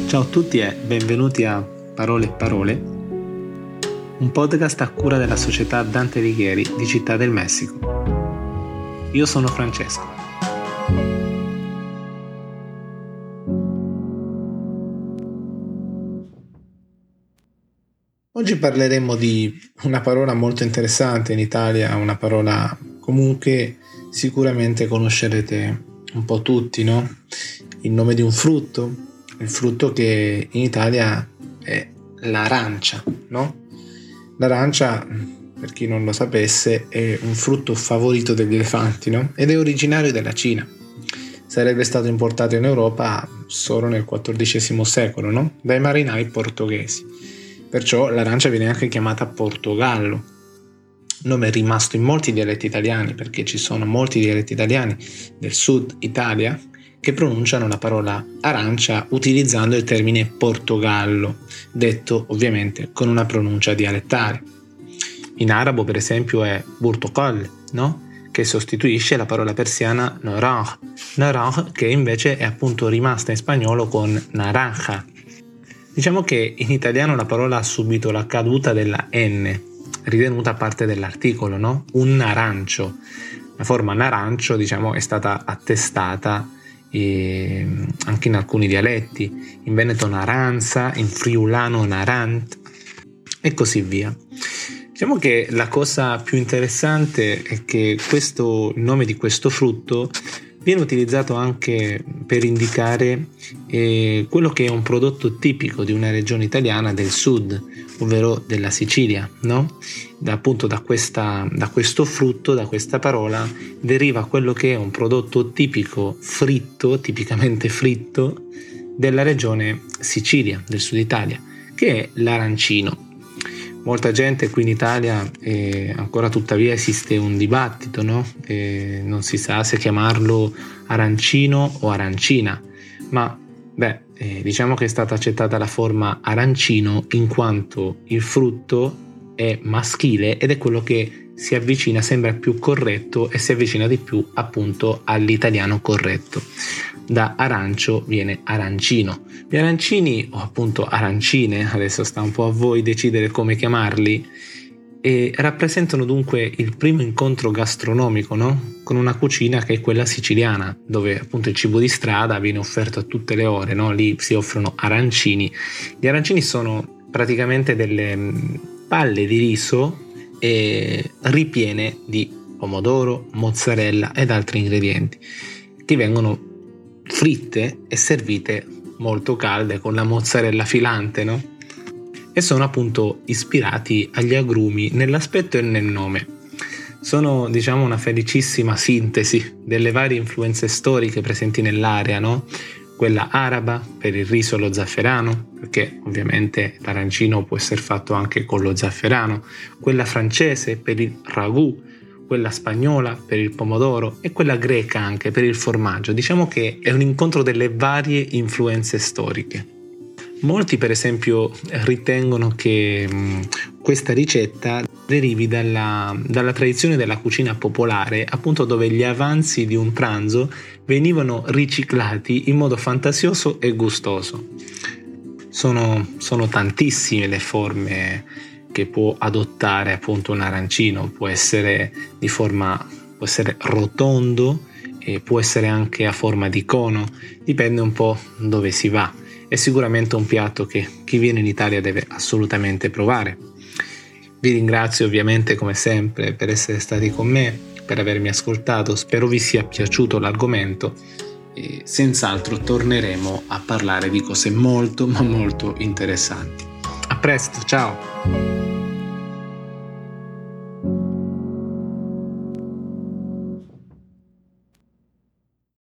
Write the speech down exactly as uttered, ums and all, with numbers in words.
Ciao a tutti e benvenuti a Parole e Parole, un podcast a cura della società Dante Alighieri di Città del Messico. Io sono Francesco. Oggi parleremo di una parola molto interessante in Italia, una parola comunque sicuramente conoscerete un po' tutti, no? Il nome di un frutto, il frutto che in Italia è l'arancia, no? L'arancia, per chi non lo sapesse, è un frutto favorito degli elefanti, no? Ed è originario della Cina. Sarebbe stato importato in Europa solo nel quattordicesimo secolo, no? Dai marinai portoghesi. Perciò l'arancia viene anche chiamata Portogallo. Nome rimasto in molti dialetti italiani, perché ci sono molti dialetti italiani del sud Italia che pronunciano la parola arancia utilizzando il termine Portogallo, detto ovviamente con una pronuncia dialettale. In arabo, per esempio, è burtukal, no? Che sostituisce la parola persiana naranja, naranja che invece è appunto rimasta in spagnolo con naranja. Diciamo che in italiano la parola ha subito la caduta della N, ritenuta parte dell'articolo, no? Un narancio. La forma narancio, diciamo, è stata attestata eh, anche in alcuni dialetti, in veneto naranza, in friulano narant e così via. Diciamo che la cosa più interessante è che questo, il nome di questo frutto viene utilizzato anche per indicare eh, quello che è un prodotto tipico di una regione italiana del sud, ovvero della Sicilia, no? Da, appunto da, questa, da questo frutto, da questa parola, deriva quello che è un prodotto tipico fritto, tipicamente fritto, della regione Sicilia, del sud Italia, che è l'arancino. Molta gente qui in Italia, eh, ancora tuttavia esiste un dibattito, no? Eh, non si sa se chiamarlo arancino o arancina, ma beh, eh, diciamo che è stata accettata la forma arancino in quanto il frutto è maschile ed è quello che si avvicina, sembra più corretto e si avvicina di più appunto all'italiano corretto. Da arancio viene arancino. Gli arancini o appunto arancine, adesso sta un po' a voi decidere come chiamarli, e rappresentano dunque il primo incontro gastronomico, no? Con una cucina che è quella siciliana, dove appunto il cibo di strada viene offerto a tutte le ore, no? Lì si offrono arancini. Gli arancini sono praticamente delle palle di riso e ripiene di pomodoro, mozzarella ed altri ingredienti che vengono fritte e servite molto calde con la mozzarella filante, no? E sono appunto ispirati agli agrumi nell'aspetto e nel nome. Sono, diciamo, una felicissima sintesi delle varie influenze storiche presenti nell'area, no? Quella araba per il riso e lo zafferano, perché ovviamente l'arancino può essere fatto anche con lo zafferano, quella francese per il ragù, quella spagnola per il pomodoro e quella greca anche per il formaggio. Diciamo che è un incontro delle varie influenze storiche. Molti per esempio ritengono che mh, questa ricetta derivi dalla, dalla tradizione della cucina popolare, appunto dove gli avanzi di un pranzo venivano riciclati in modo fantasioso e gustoso. Sono, sono tantissime le forme che può adottare appunto un arancino, può essere di forma, può essere rotondo e può essere anche a forma di cono, dipende un po' dove si va. È sicuramente un piatto che chi viene in Italia deve assolutamente provare. Vi ringrazio ovviamente come sempre per essere stati con me, per avermi ascoltato, spero vi sia piaciuto l'argomento e senz'altro torneremo a parlare di cose molto ma molto interessanti. A presto, ciao!